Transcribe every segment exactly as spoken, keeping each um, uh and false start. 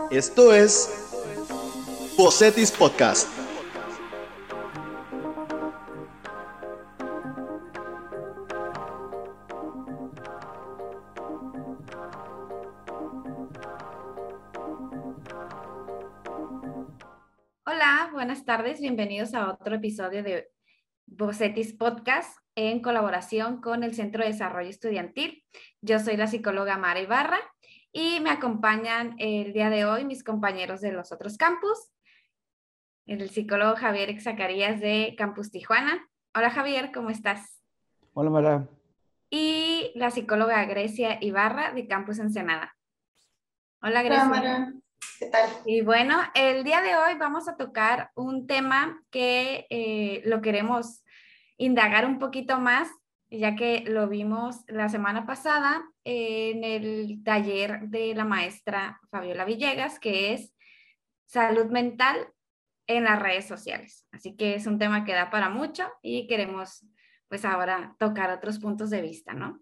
Esto es Bocetis Podcast. Hola, buenas tardes, bienvenidos a otro episodio de Bocetis Podcast en colaboración con el Centro de Desarrollo Estudiantil. Yo soy la psicóloga Mara Ibarra y me acompañan el día de hoy mis compañeros de los otros campus, el psicólogo Javier Zacarías de Campus Tijuana. Hola Javier, ¿cómo estás? Hola Mara. Y la psicóloga Grecia Ibarra de Campus Ensenada. Hola Hola Grecia. Mara, ¿qué tal? Y bueno, el día de hoy vamos a tocar un tema que eh, lo queremos indagar un poquito más, ya que lo vimos la semana pasada en el taller de la maestra Fabiola Villegas, que es salud mental en las redes sociales. Así que es un tema que da para mucho y queremos pues ahora tocar otros puntos de vista, ¿no?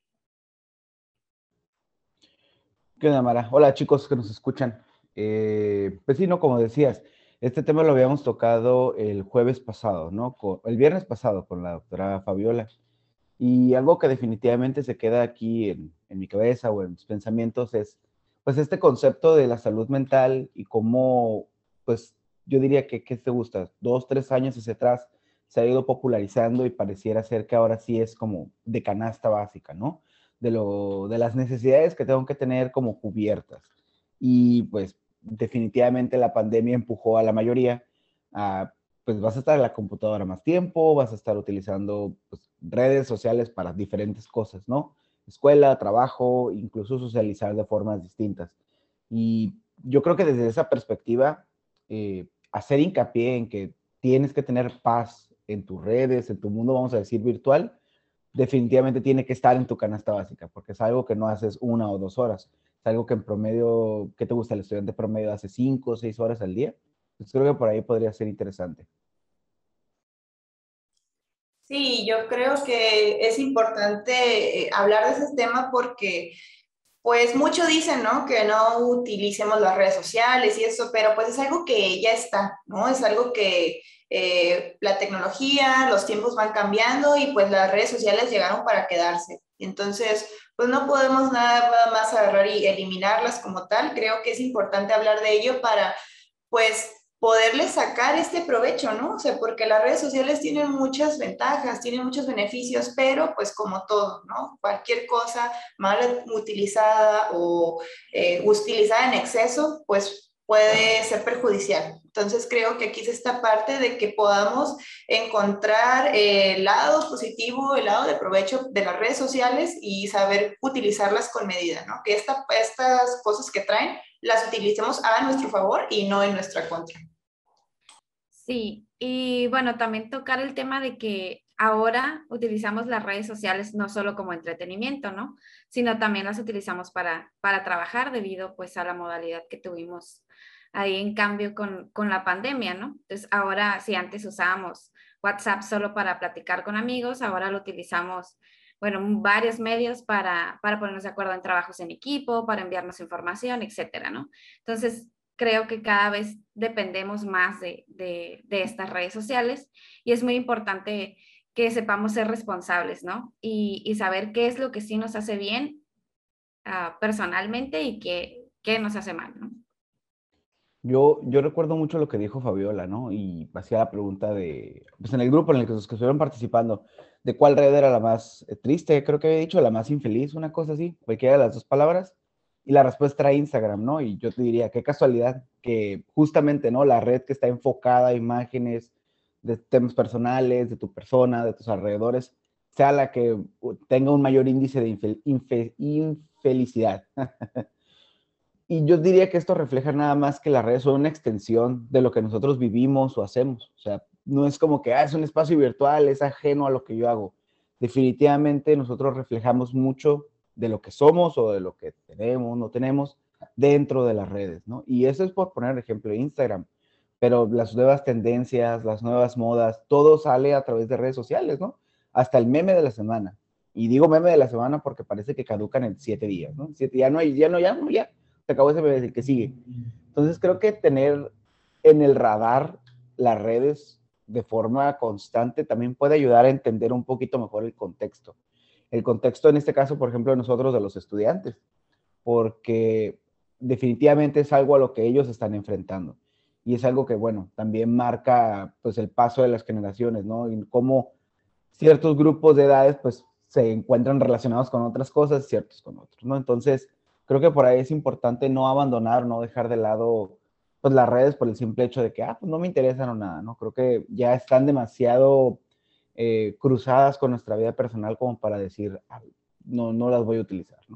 ¿Qué onda, Mara? Hola chicos que nos escuchan. Eh, pues sí, no, como decías, este tema lo habíamos tocado el jueves pasado, ¿no? Con- el viernes pasado con la doctora Fabiola. Y algo que definitivamente se queda aquí en, en mi cabeza o en mis pensamientos es, pues, este concepto de la salud mental y cómo, pues, yo diría que, ¿qué te gusta? Dos, tres años hacia atrás se ha ido popularizando y pareciera ser que ahora sí es como de canasta básica, ¿no? De, lo, de las necesidades que tengo que tener como cubiertas. Y pues definitivamente la pandemia empujó a la mayoría a, pues vas a estar en la computadora más tiempo, vas a estar utilizando pues, redes sociales para diferentes cosas, ¿no? Escuela, trabajo, incluso socializar de formas distintas. Y yo creo que desde esa perspectiva, eh, hacer hincapié en que tienes que tener paz en tus redes, en tu mundo, vamos a decir, virtual, definitivamente tiene que estar en tu canasta básica, porque es algo que no haces una o dos horas, es algo que en promedio, ¿qué te gusta? El estudiante promedio hace cinco o seis horas al día. Pues creo que por ahí podría ser interesante. Sí, yo creo que es importante eh, hablar de ese tema porque, pues, muchos dicen, ¿no? Que no utilicemos las redes sociales y eso, pero pues es algo que ya está, ¿no? Es algo que eh, la tecnología, los tiempos van cambiando y pues las redes sociales llegaron para quedarse. Entonces, pues no podemos nada más agarrar y eliminarlas como tal. Creo que es importante hablar de ello para pues poderle sacar este provecho, ¿no? O sea, porque las redes sociales tienen muchas ventajas, tienen muchos beneficios, pero pues como todo, ¿no? Cualquier cosa mal utilizada o eh, utilizada en exceso, pues puede ser perjudicial. Entonces creo que aquí es esta parte de que podamos encontrar eh, el lado positivo, el lado de provecho de las redes sociales y saber utilizarlas con medida, ¿no? Que esta, estas cosas que traen las utilicemos a nuestro favor y no en nuestra contra. Sí, y bueno, también tocar el tema de que ahora utilizamos las redes sociales no solo como entretenimiento, ¿no? Sino también las utilizamos para, para trabajar debido pues a la modalidad que tuvimos ahí en cambio con, con la pandemia, ¿no? Entonces ahora, si antes usábamos WhatsApp solo para platicar con amigos, ahora lo utilizamos, bueno, varios medios para, para ponernos de acuerdo en trabajos en equipo, para enviarnos información, etcétera, ¿no? Entonces, creo que cada vez dependemos más de, de, de estas redes sociales y es muy importante que sepamos ser responsables, ¿no? Y, y saber qué es lo que sí nos hace bien uh, personalmente y qué, qué nos hace mal, ¿no? Yo, yo recuerdo mucho lo que dijo Fabiola, ¿no? Y hacía la pregunta de, pues en el grupo en el que los que estuvieron participando, de cuál red era la más eh, triste, creo que había dicho la más infeliz, una cosa así, cualquiera de las dos palabras. Y la respuesta era Instagram, ¿no? Y yo te diría, qué casualidad que justamente, ¿no? La red que está enfocada a imágenes de temas personales, de tu persona, de tus alrededores, sea la que uh, tenga un mayor índice de infel infe infelicidad. Y yo diría que esto refleja nada más que las redes son una extensión de lo que nosotros vivimos o hacemos. O sea, no es como que ah, es un espacio virtual, es ajeno a lo que yo hago. Definitivamente nosotros reflejamos mucho de lo que somos o de lo que tenemos, no tenemos dentro de las redes, ¿no? Y eso es por poner ejemplo de Instagram. Pero las nuevas tendencias, las nuevas modas, todo sale a través de redes sociales, ¿no? Hasta el meme de la semana. Y digo meme de la semana porque parece que caducan en siete días, ¿no? Siete, ya no hay, ya no, ya no, ya te acabó ese mes, el que sigue. Entonces creo que tener en el radar las redes de forma constante también puede ayudar a entender un poquito mejor el contexto. El contexto en este caso, por ejemplo, de nosotros, de los estudiantes, porque definitivamente es algo a lo que ellos están enfrentando. Y es algo que, bueno, también marca pues el paso de las generaciones, ¿no? Y cómo ciertos grupos de edades pues se encuentran relacionados con otras cosas, ciertos con otros, ¿no? Entonces, creo que por ahí es importante no abandonar, no dejar de lado pues las redes por el simple hecho de que, ah, pues no me interesan o nada, ¿no? Creo que ya están demasiado eh, cruzadas con nuestra vida personal como para decir, ah, no, no las voy a utilizar, ¿no?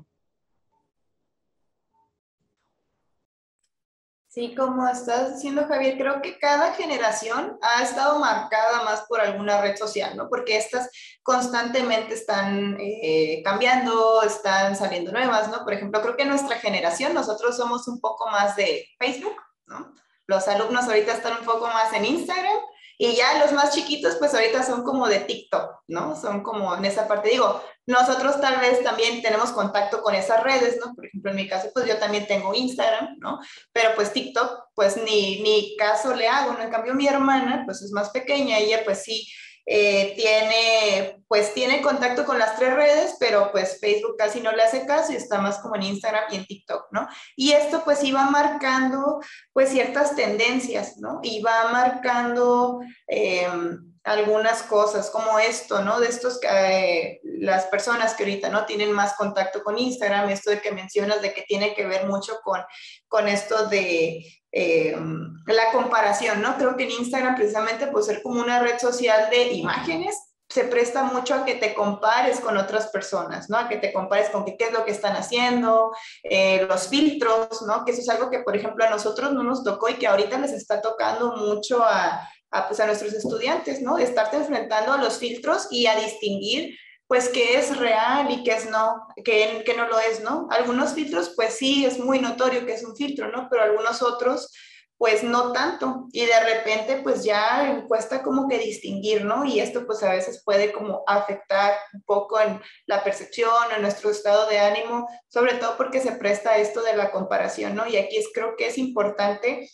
Sí, como estás diciendo, Javier, creo que cada generación ha estado marcada más por alguna red social, ¿no? Porque estas constantemente están eh, cambiando, están saliendo nuevas, ¿no? Por ejemplo, creo que nuestra generación, nosotros somos un poco más de Facebook, ¿no? Los alumnos ahorita están un poco más en Instagram y ya los más chiquitos, pues ahorita son como de TikTok, ¿no? Son como en esa parte, digo, nosotros tal vez también tenemos contacto con esas redes, ¿no? Por ejemplo, en mi caso, pues yo también tengo Instagram, ¿no? Pero pues TikTok, pues ni, ni caso le hago, ¿no? En cambio, mi hermana, pues es más pequeña, ella pues sí eh, tiene, pues tiene contacto con las tres redes, pero pues Facebook casi no le hace caso y está más como en Instagram y en TikTok, ¿no? Y esto pues iba marcando pues ciertas tendencias, ¿no? Iba marcando eh, algunas cosas como esto, ¿no? De estos, eh, las personas que ahorita, ¿no? Tienen más contacto con Instagram, esto de que mencionas de que tiene que ver mucho con, con esto de eh, la comparación, ¿no? Creo que en Instagram precisamente por ser como una red social de imágenes, se presta mucho a que te compares con otras personas, ¿no? A que te compares con que, qué es lo que están haciendo, eh, los filtros, ¿no? Que eso es algo que, por ejemplo, a nosotros no nos tocó y que ahorita les está tocando mucho a, a, pues, a nuestros estudiantes, ¿no? Estarte enfrentando a los filtros y a distinguir, pues, qué es real y qué es no, qué, qué no lo es, ¿no? Algunos filtros, pues sí, es muy notorio que es un filtro, ¿no? Pero algunos otros pues no tanto, y de repente pues ya cuesta como que distinguir, ¿no? Y esto pues a veces puede como afectar un poco en la percepción, en nuestro estado de ánimo, sobre todo porque se presta esto de la comparación, ¿no? Y aquí es, creo que es importante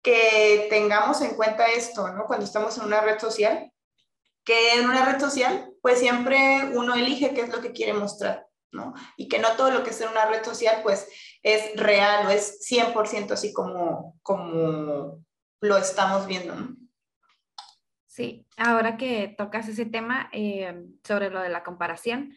que tengamos en cuenta esto, ¿no? Cuando estamos en una red social, que en una red social pues siempre uno elige qué es lo que quiere mostrar, ¿no? Y que no todo lo que es en una red social pues es real o es cien por ciento así como, como lo estamos viendo, ¿no? Sí, ahora que tocas ese tema eh, sobre lo de la comparación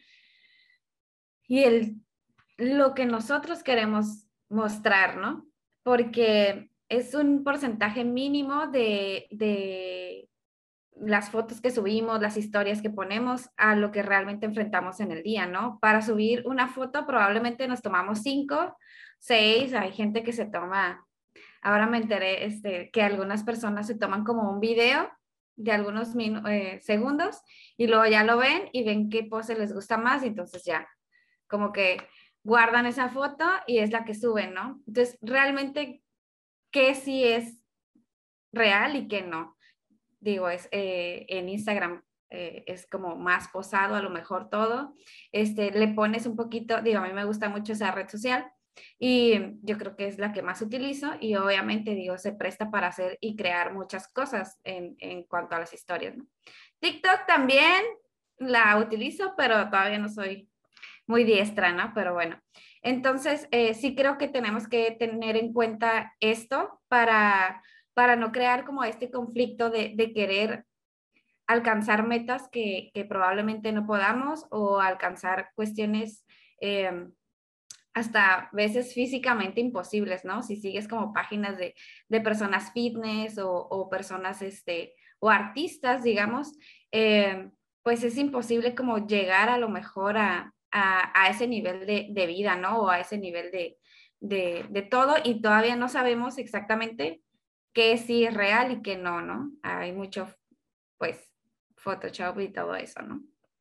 y el, lo que nosotros queremos mostrar, ¿no? Porque es un porcentaje mínimo de, de las fotos que subimos, las historias que ponemos a lo que realmente enfrentamos en el día, ¿no? Para subir una foto probablemente nos tomamos cinco, seis, hay gente que se toma, ahora me enteré este, que algunas personas se toman como un video de algunos eh, segundos y luego ya lo ven y ven qué pose les gusta más y entonces ya, como que guardan esa foto y es la que suben, ¿no? Entonces, realmente, ¿qué sí es real y qué no? Digo, es eh, en Instagram eh, es como más posado a lo mejor todo, este, le pones un poquito, digo, a mí me gusta mucho esa red social y yo creo que es la que más utilizo y obviamente, digo, se presta para hacer y crear muchas cosas en, en cuanto a las historias, ¿no? TikTok también la utilizo, pero todavía no soy muy diestra, ¿no? Pero bueno, entonces eh, sí creo que tenemos que tener en cuenta esto para para no crear como este conflicto de, de querer alcanzar metas que, que, probablemente no podamos o alcanzar cuestiones eh, hasta veces físicamente imposibles, ¿no? Si sigues como páginas de, de personas fitness o, o personas, este, o artistas, digamos, eh, pues es imposible como llegar a lo mejor a, a, a ese nivel de, de vida, ¿no? O a ese nivel de, de, de todo y todavía no sabemos exactamente qué sí es real y qué no, ¿no? Hay mucho, pues, Photoshop y todo eso, ¿no?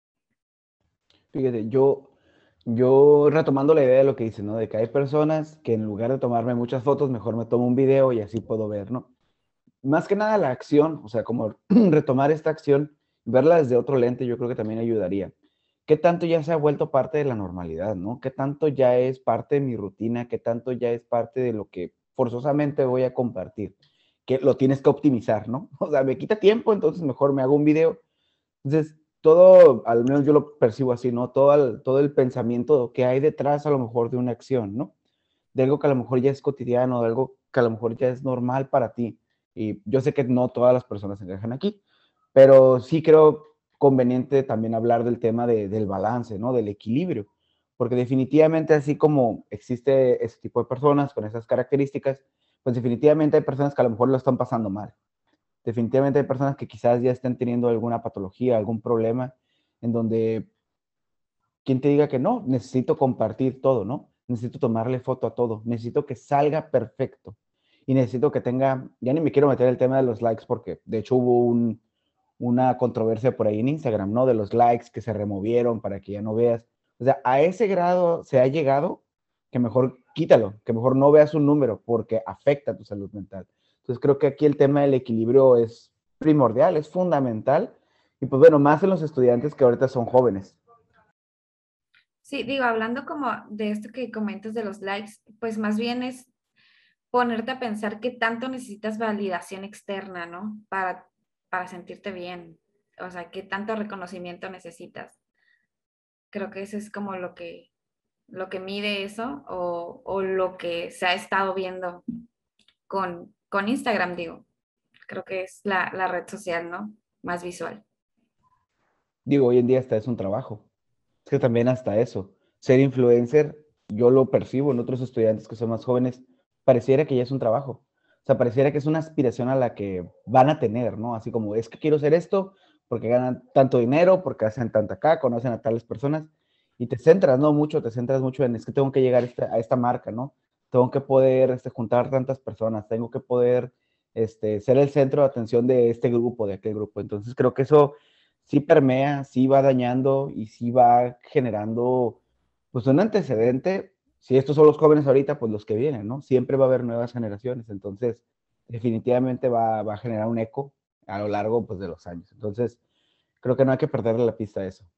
Fíjate, yo, yo retomando la idea de lo que dice, ¿no? De que hay personas que en lugar de tomarme muchas fotos, mejor me tomo un video y así puedo ver, ¿no? Más que nada la acción, o sea, como retomar esta acción, verla desde otro lente, yo creo que también ayudaría. ¿qué tanto ya se ha vuelto parte de la normalidad, ¿no? ¿Qué tanto ya es parte de mi rutina? ¿Qué tanto ya es parte de lo que forzosamente voy a compartir? Que lo tienes que optimizar, ¿no? O sea, me quita tiempo, entonces mejor me hago un video. Entonces, todo, al menos yo lo percibo así, ¿no? Todo el, todo el pensamiento que hay detrás a lo mejor de una acción, ¿no? De algo que a lo mejor ya es cotidiano, de algo que a lo mejor ya es normal para ti. Y yo sé que no todas las personas se encajan aquí, pero sí creo conveniente también hablar del tema de, del balance, ¿no? Del equilibrio, porque definitivamente así como existe ese tipo de personas con esas características, pues definitivamente hay personas que a lo mejor lo están pasando mal. Definitivamente hay personas que quizás ya estén teniendo alguna patología, algún problema, en donde, ¿quién te diga que no? Necesito compartir todo, ¿no? Necesito tomarle foto a todo, necesito que salga perfecto. Y necesito que tenga, ya ni me quiero meter el tema de los likes porque de hecho hubo un, una controversia por ahí en Instagram, ¿no? De los likes que se removieron para que ya no veas. O sea, a ese grado se ha llegado que mejor quítalo, que mejor no veas un número porque afecta a tu salud mental. Entonces creo que aquí el tema del equilibrio es primordial, es fundamental. Y pues bueno, más en los estudiantes que ahorita son jóvenes. Sí, digo, hablando como de esto que comentas de los likes, pues más bien es ponerte a pensar qué tanto necesitas validación externa, ¿no? Para, para sentirte bien. O sea, qué tanto reconocimiento necesitas. Creo que eso es como lo que, lo que mide eso o, o lo que se ha estado viendo con, con Instagram, digo. Creo que es la, la red social, ¿no? Más visual. Digo, hoy en día hasta es un trabajo. Es que también hasta eso, ser influencer, yo lo percibo en otros estudiantes que son más jóvenes, pareciera que ya es un trabajo. O sea, pareciera que es una aspiración a la que van a tener, ¿no? Así como, es que quiero hacer esto porque ganan tanto dinero, porque hacen tanta acá, conocen a tales personas, y te centras, ¿no? Mucho, te centras mucho en, es que tengo que llegar a esta, a esta marca, ¿no? Tengo que poder este, juntar tantas personas, tengo que poder este, ser el centro de atención de este grupo, de aquel grupo. Entonces creo que eso sí permea, sí va dañando y sí va generando, pues, un antecedente. Si estos son los jóvenes ahorita, pues los que vienen, ¿no? Siempre va a haber nuevas generaciones, entonces definitivamente va, va a generar un eco a lo largo, pues, de los años. Entonces, creo que no hay que perderle la pista a eso.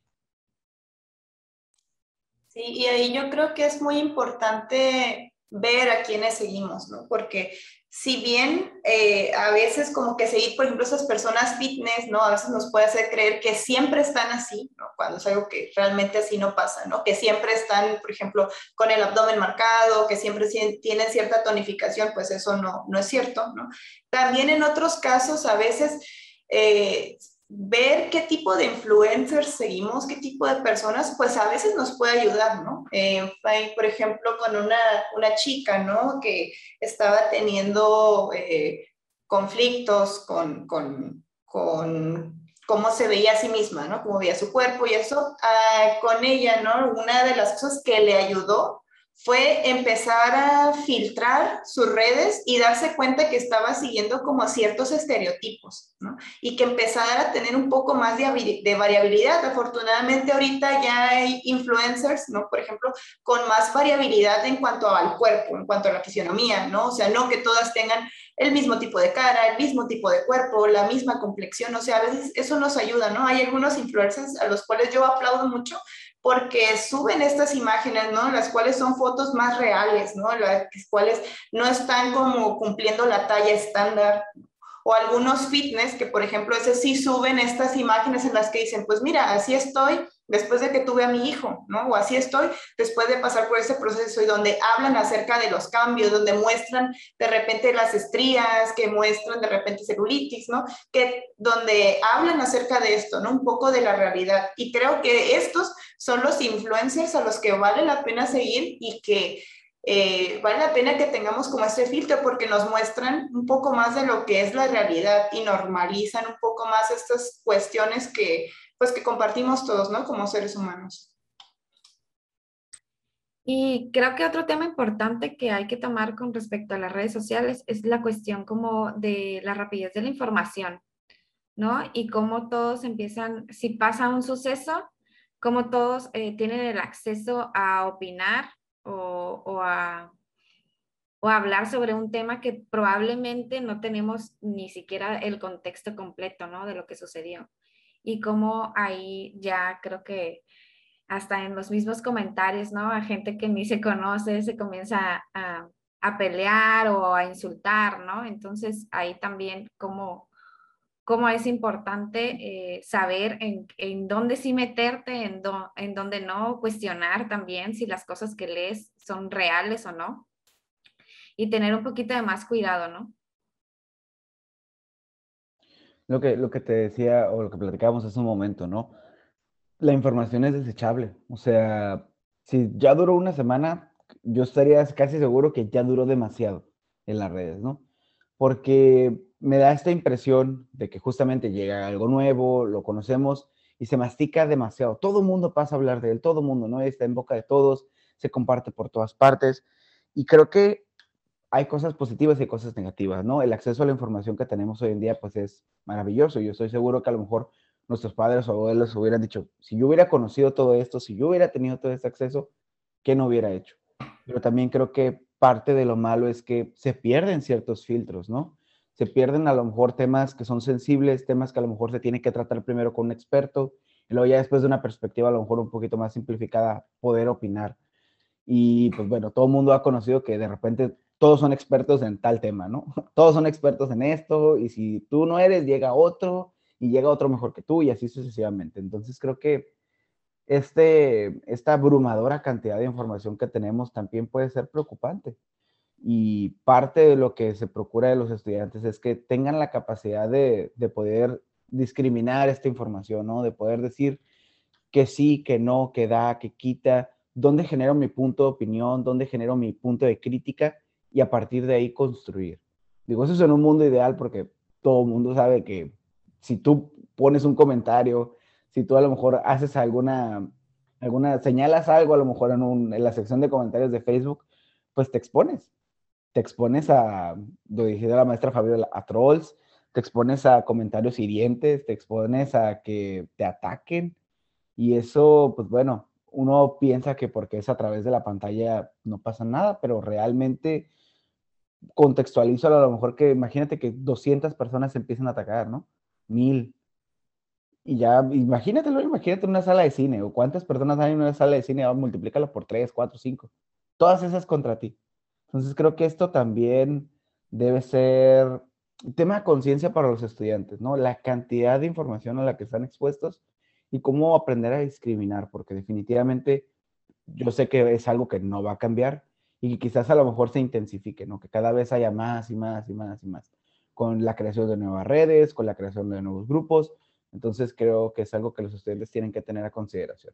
Sí, y ahí yo creo que es muy importante ver a quiénes seguimos, ¿no? Porque si bien eh, a veces como que seguir, por ejemplo, esas personas fitness, ¿no? A veces nos puede hacer creer que siempre están así, ¿no? Cuando es algo que realmente así no pasa, ¿no? Que siempre están, por ejemplo, con el abdomen marcado, que siempre tienen cierta tonificación, pues eso no, no es cierto, ¿no? También en otros casos, a veces... Eh, ver qué tipo de influencers seguimos, qué tipo de personas, pues a veces nos puede ayudar, ¿no? Eh, hay, por ejemplo, con una, una chica, ¿no? Que estaba teniendo eh, conflictos con, con, con cómo se veía a sí misma, ¿no? Cómo veía su cuerpo y eso. Ah, con ella, ¿no? Una de las cosas que le ayudó fue empezar a filtrar sus redes y darse cuenta que estaba siguiendo como ciertos estereotipos, ¿no? Y que empezara a tener un poco más de, de variabilidad. Afortunadamente ahorita ya hay influencers, ¿no? Por ejemplo, con más variabilidad en cuanto al cuerpo, en cuanto a la fisionomía, ¿no? O sea, no que todas tengan el mismo tipo de cara, el mismo tipo de cuerpo, la misma complexión, o sea, a veces eso nos ayuda, ¿no? Hay algunos influencers a los cuales yo aplaudo mucho porque suben estas imágenes, ¿no? Las cuales son fotos más reales, ¿no? Las cuales no están como cumpliendo la talla estándar. O algunos fitness que, por ejemplo, ese sí suben estas imágenes en las que dicen, pues mira, así estoy después de que tuve a mi hijo, ¿no? O así estoy después de pasar por ese proceso y donde hablan acerca de los cambios, donde muestran de repente las estrías, que muestran de repente celulitis, ¿no? Que donde hablan acerca de esto, ¿no? Un poco de la realidad. Y creo que estos son los influencers a los que vale la pena seguir y que eh, vale la pena que tengamos como este filtro porque nos muestran un poco más de lo que es la realidad y normalizan un poco más estas cuestiones que, pues, que compartimos todos, ¿no? Como seres humanos. Y creo que otro tema importante que hay que tomar con respecto a las redes sociales es la cuestión como de la rapidez de la información, ¿no? Y cómo todos empiezan, si pasa un suceso, cómo todos eh, tienen el acceso a opinar o, o a o hablar sobre un tema que probablemente no tenemos ni siquiera el contexto completo, ¿no? De lo que sucedió. Y como ahí ya creo que hasta en los mismos comentarios, ¿no? A gente que ni se conoce, se comienza a, a pelear o a insultar, ¿no? Entonces ahí también como, como es importante eh, saber en, en dónde sí meterte, en, do, en dónde no, cuestionar también si las cosas que lees son reales o no, y tener un poquito de más cuidado, ¿no? Lo que, lo que te decía o lo que platicábamos hace un momento, ¿no? La información es desechable. O sea, si ya duró una semana, yo estaría casi seguro que ya duró demasiado en las redes, ¿no? Porque me da esta impresión de que justamente llega algo nuevo, lo conocemos y se mastica demasiado. Todo el mundo pasa a hablar de él, todo el mundo, ¿no? Está en boca de todos, se comparte por todas partes. Y creo que hay cosas positivas y cosas negativas, ¿no? El acceso a la información que tenemos hoy en día, pues es maravilloso. Yo estoy seguro que a lo mejor nuestros padres o abuelos hubieran dicho, si yo hubiera conocido todo esto, si yo hubiera tenido todo este acceso, ¿qué no hubiera hecho? Pero también creo que parte de lo malo es que se pierden ciertos filtros, ¿no? Se pierden a lo mejor temas que son sensibles, temas que a lo mejor se tiene que tratar primero con un experto, y luego ya después de una perspectiva a lo mejor un poquito más simplificada, poder opinar. Y pues bueno, todo el mundo ha conocido que de repente todos son expertos en tal tema, ¿no? Todos son expertos en esto y si tú no eres, llega otro y llega otro mejor que tú y así sucesivamente. Entonces creo que este, esta abrumadora cantidad de información que tenemos también puede ser preocupante. Y parte de lo que se procura de los estudiantes es que tengan la capacidad de, de poder discriminar esta información, ¿no? De poder decir que sí, que no, que da, que quita, dónde genero mi punto de opinión, dónde genero mi punto de crítica y a partir de ahí construir. Digo, eso es en un mundo ideal porque todo el mundo sabe que si tú pones un comentario, si tú a lo mejor haces alguna, alguna señalas algo a lo mejor en, un, en la sección de comentarios de Facebook, pues te expones. Te expones a, lo dije la maestra Fabiola, a trolls, te expones a comentarios hirientes, te expones a que te ataquen, y eso, pues bueno, uno piensa que porque es a través de la pantalla no pasa nada, pero realmente contextualizo a lo mejor que imagínate que doscientas personas se empiezan a atacar, ¿no? Mil. Y ya, imagínatelo, imagínate una sala de cine, o cuántas personas hay en una sala de cine, ahora multiplícalo por tres, cuatro, cinco. Todas esas contra ti. Entonces creo que esto también debe ser un tema de conciencia para los estudiantes, ¿no? La cantidad de información a la que están expuestos y cómo aprender a discriminar, porque definitivamente yo sé que es algo que no va a cambiar y que quizás a lo mejor se intensifique, ¿no? Que cada vez haya más y más y más y más, con la creación de nuevas redes, con la creación de nuevos grupos. Entonces creo que es algo que los estudiantes tienen que tener a consideración.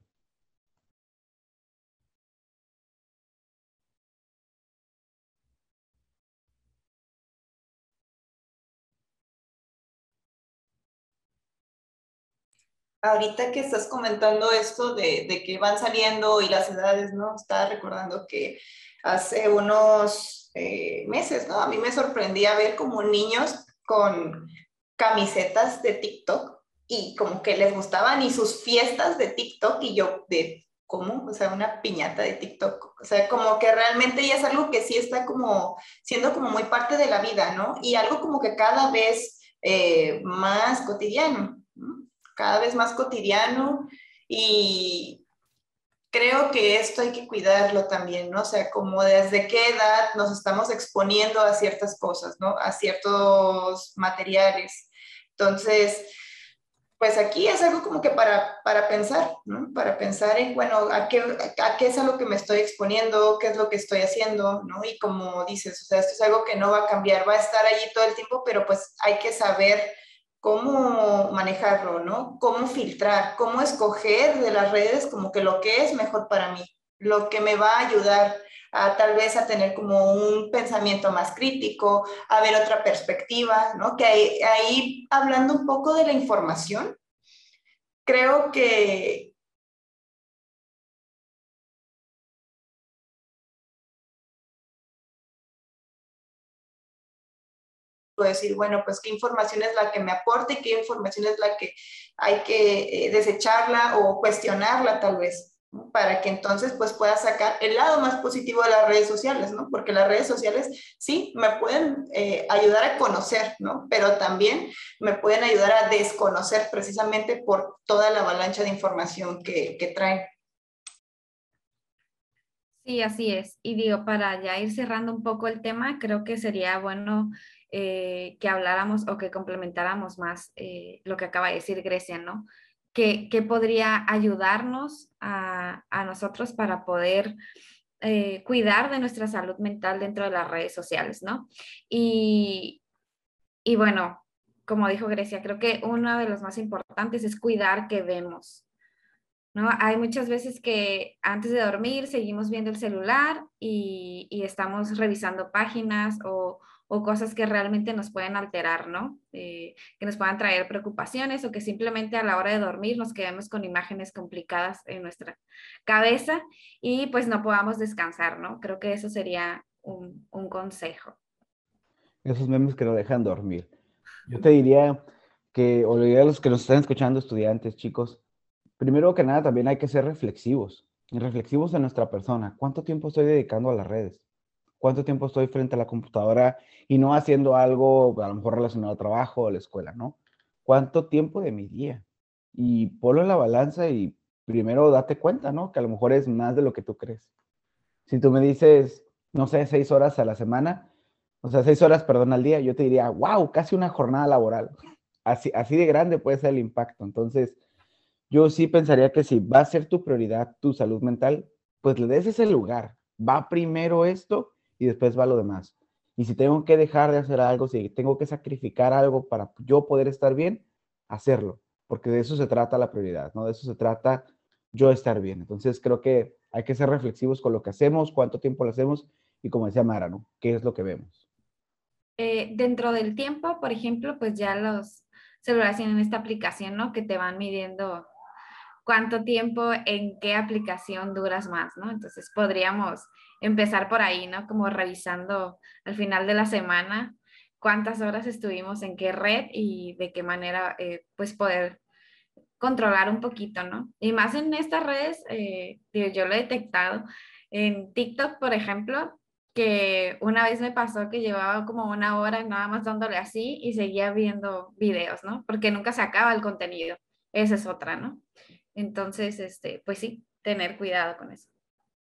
Ahorita que estás comentando esto de, de que van saliendo y las edades, ¿no? Estaba recordando que hace unos eh, meses, ¿no? A mí me sorprendía ver como niños con camisetas de TikTok y como que les gustaban y sus fiestas de TikTok y yo de, ¿cómo? O sea, una piñata de TikTok. O sea, como que realmente ya es algo que sí está como siendo como muy parte de la vida, ¿no? Y algo como que cada vez eh, más cotidiano, ¿no? Cada vez más cotidiano y creo que esto hay que cuidarlo también, ¿no? O sea, como desde qué edad nos estamos exponiendo a ciertas cosas, ¿no? A ciertos materiales. Entonces, pues aquí es algo como que para, para pensar, ¿no? Para pensar en, bueno, ¿a qué, a qué es a lo que me estoy exponiendo? ¿Qué es lo que estoy haciendo? ¿No? Y como dices, o sea, esto es algo que no va a cambiar, va a estar allí todo el tiempo, pero pues hay que saber cómo manejarlo, ¿no? Cómo filtrar, cómo escoger de las redes como que lo que es mejor para mí, lo que me va a ayudar a tal vez a tener como un pensamiento más crítico, a ver otra perspectiva, ¿no? Que ahí, ahí hablando un poco de la información, creo que puedo decir, bueno, pues qué información es la que me aporte y qué información es la que hay que eh, desecharla o cuestionarla tal vez, ¿no? Para que entonces pues pueda sacar el lado más positivo de las redes sociales, ¿no? Porque las redes sociales sí me pueden eh, ayudar a conocer, ¿no? Pero también me pueden ayudar a desconocer precisamente por toda la avalancha de información que, que traen. Sí, así es. Y digo, para ya ir cerrando un poco el tema, creo que sería bueno eh, que habláramos o que complementáramos más eh, lo que acaba de decir Grecia, ¿no? Que, que podría ayudarnos a, a nosotros para poder eh, cuidar de nuestra salud mental dentro de las redes sociales, ¿no? Y, y bueno, como dijo Grecia, creo que uno de los más importantes es cuidar que vemos. ¿No? Hay muchas veces que antes de dormir seguimos viendo el celular y, y estamos revisando páginas o, o cosas que realmente nos pueden alterar, ¿no? Eh, que nos puedan traer preocupaciones o que simplemente a la hora de dormir nos quedemos con imágenes complicadas en nuestra cabeza y pues no podamos descansar, ¿no? Creo que eso sería un, un consejo. Esos memes que no dejan dormir. Yo te diría que, o le diría a los que nos están escuchando, estudiantes, chicos, primero que nada también hay que ser reflexivos, y reflexivos en nuestra persona. ¿Cuánto tiempo estoy dedicando a las redes? ¿Cuánto tiempo estoy frente a la computadora y no haciendo algo a lo mejor relacionado al trabajo o a la escuela, ¿no? ¿Cuánto tiempo de mi día? Y ponlo en la balanza y primero date cuenta, ¿no? Que a lo mejor es más de lo que tú crees. Si tú me dices, no sé, seis horas a la semana, o sea, seis horas, perdón, al día, yo te diría, wow, casi una jornada laboral. Así, así de grande puede ser el impacto. Entonces, yo sí pensaría que si va a ser tu prioridad tu salud mental, pues le des ese lugar. Va primero esto y después va lo demás. Y si tengo que dejar de hacer algo, si tengo que sacrificar algo para yo poder estar bien, hacerlo. Porque de eso se trata la prioridad, ¿no? De eso se trata yo estar bien. Entonces creo que hay que ser reflexivos con lo que hacemos, cuánto tiempo lo hacemos y como decía Mara, ¿no? ¿Qué es lo que vemos? Eh, dentro del tiempo, por ejemplo, pues ya los celulares tienen esta aplicación, ¿no? Que te van midiendo cuánto tiempo en qué aplicación duras más, ¿no? Entonces podríamos empezar por ahí, ¿no? Como revisando al final de la semana cuántas horas estuvimos en qué red y de qué manera, eh, pues, poder controlar un poquito, ¿no? Y más en estas redes, eh, digo, yo lo he detectado en TikTok, por ejemplo, que una vez me pasó que llevaba como una hora nada más dándole así y seguía viendo videos, ¿no? Porque nunca se acaba el contenido. Esa es otra, ¿no? Entonces, este, pues sí, tener cuidado con eso.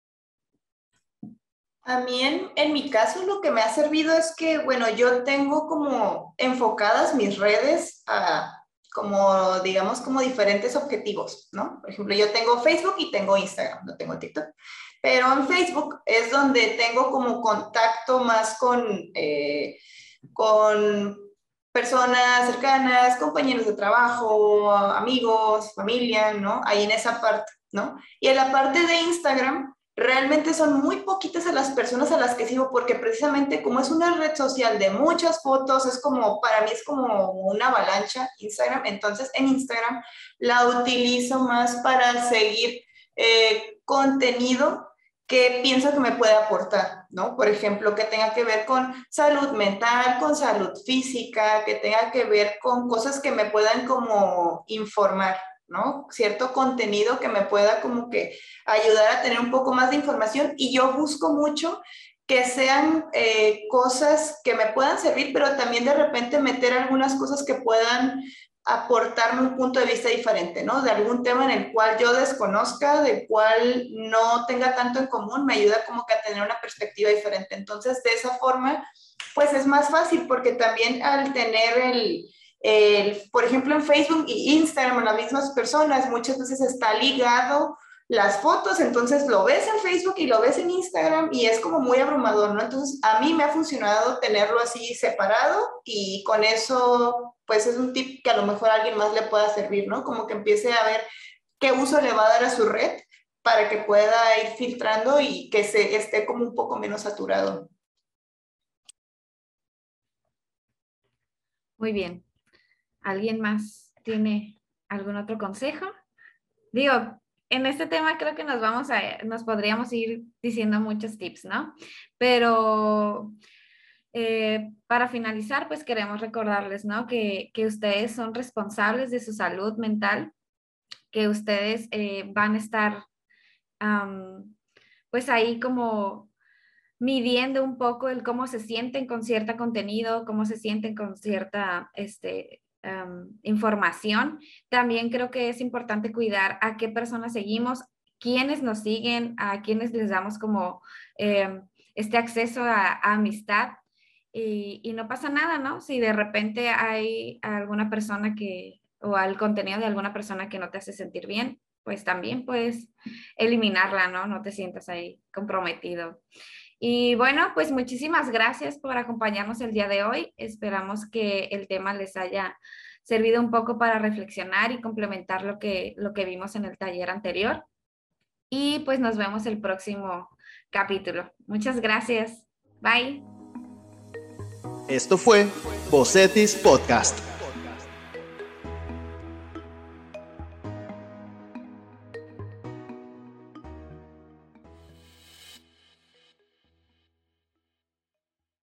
A mí en, en mi caso lo que me ha servido es que, bueno, yo tengo como enfocadas mis redes a como, digamos, como diferentes objetivos, ¿no? Por ejemplo, yo tengo Facebook y tengo Instagram, no tengo TikTok. Pero en Facebook es donde tengo como contacto más con, eh, con personas cercanas, compañeros de trabajo, amigos, familia, ¿no? Ahí en esa parte, ¿no? Y en la parte de Instagram, realmente son muy poquitas a las personas a las que sigo porque precisamente como es una red social de muchas fotos, es como, para mí es como una avalancha Instagram, entonces en Instagram la utilizo más para seguir eh, contenido que pienso que me puede aportar, ¿no? Por ejemplo, que tenga que ver con salud mental, con salud física, que tenga que ver con cosas que me puedan como informar, ¿no? Cierto contenido que me pueda como que ayudar a tener un poco más de información y yo busco mucho que sean eh, cosas que me puedan servir, pero también de repente meter algunas cosas que puedan aportarme un punto de vista diferente, ¿no? De algún tema en el cual yo desconozca, del cual no tenga tanto en común, me ayuda como que a tener una perspectiva diferente. Entonces, de esa forma, pues es más fácil porque también al tener el, el por ejemplo, en Facebook y Instagram, las mismas personas, muchas veces está ligado las fotos, entonces lo ves en Facebook y lo ves en Instagram y es como muy abrumador, ¿no? Entonces a mí me ha funcionado tenerlo así separado y con eso pues es un tip que a lo mejor a alguien más le pueda servir, ¿no? Como que empiece a ver qué uso le va a dar a su red para que pueda ir filtrando y que se esté como un poco menos saturado. Muy bien. ¿Alguien más tiene algún otro consejo? Digo, en este tema creo que nos vamos a, nos podríamos ir diciendo muchos tips, ¿no? Pero eh, para finalizar, pues queremos recordarles, ¿no? Que, que ustedes son responsables de su salud mental, que ustedes eh, van a estar, um, pues ahí como midiendo un poco el cómo se sienten con cierto contenido, cómo se sienten con cierta este, um, información. También creo que es importante cuidar a qué personas seguimos, quiénes nos siguen, a quienes les damos como eh, este acceso a, a amistad. Y, y no pasa nada, ¿no? Si de repente hay alguna persona que, o al contenido de alguna persona que no te hace sentir bien, pues también puedes eliminarla, ¿no? No te sientas ahí comprometido. Y bueno, pues muchísimas gracias por acompañarnos el día de hoy. Esperamos que el tema les haya servido un poco para reflexionar y complementar lo que, lo que vimos en el taller anterior. Y pues nos vemos el próximo capítulo. Muchas gracias. Bye. Esto fue Vocetis Podcast.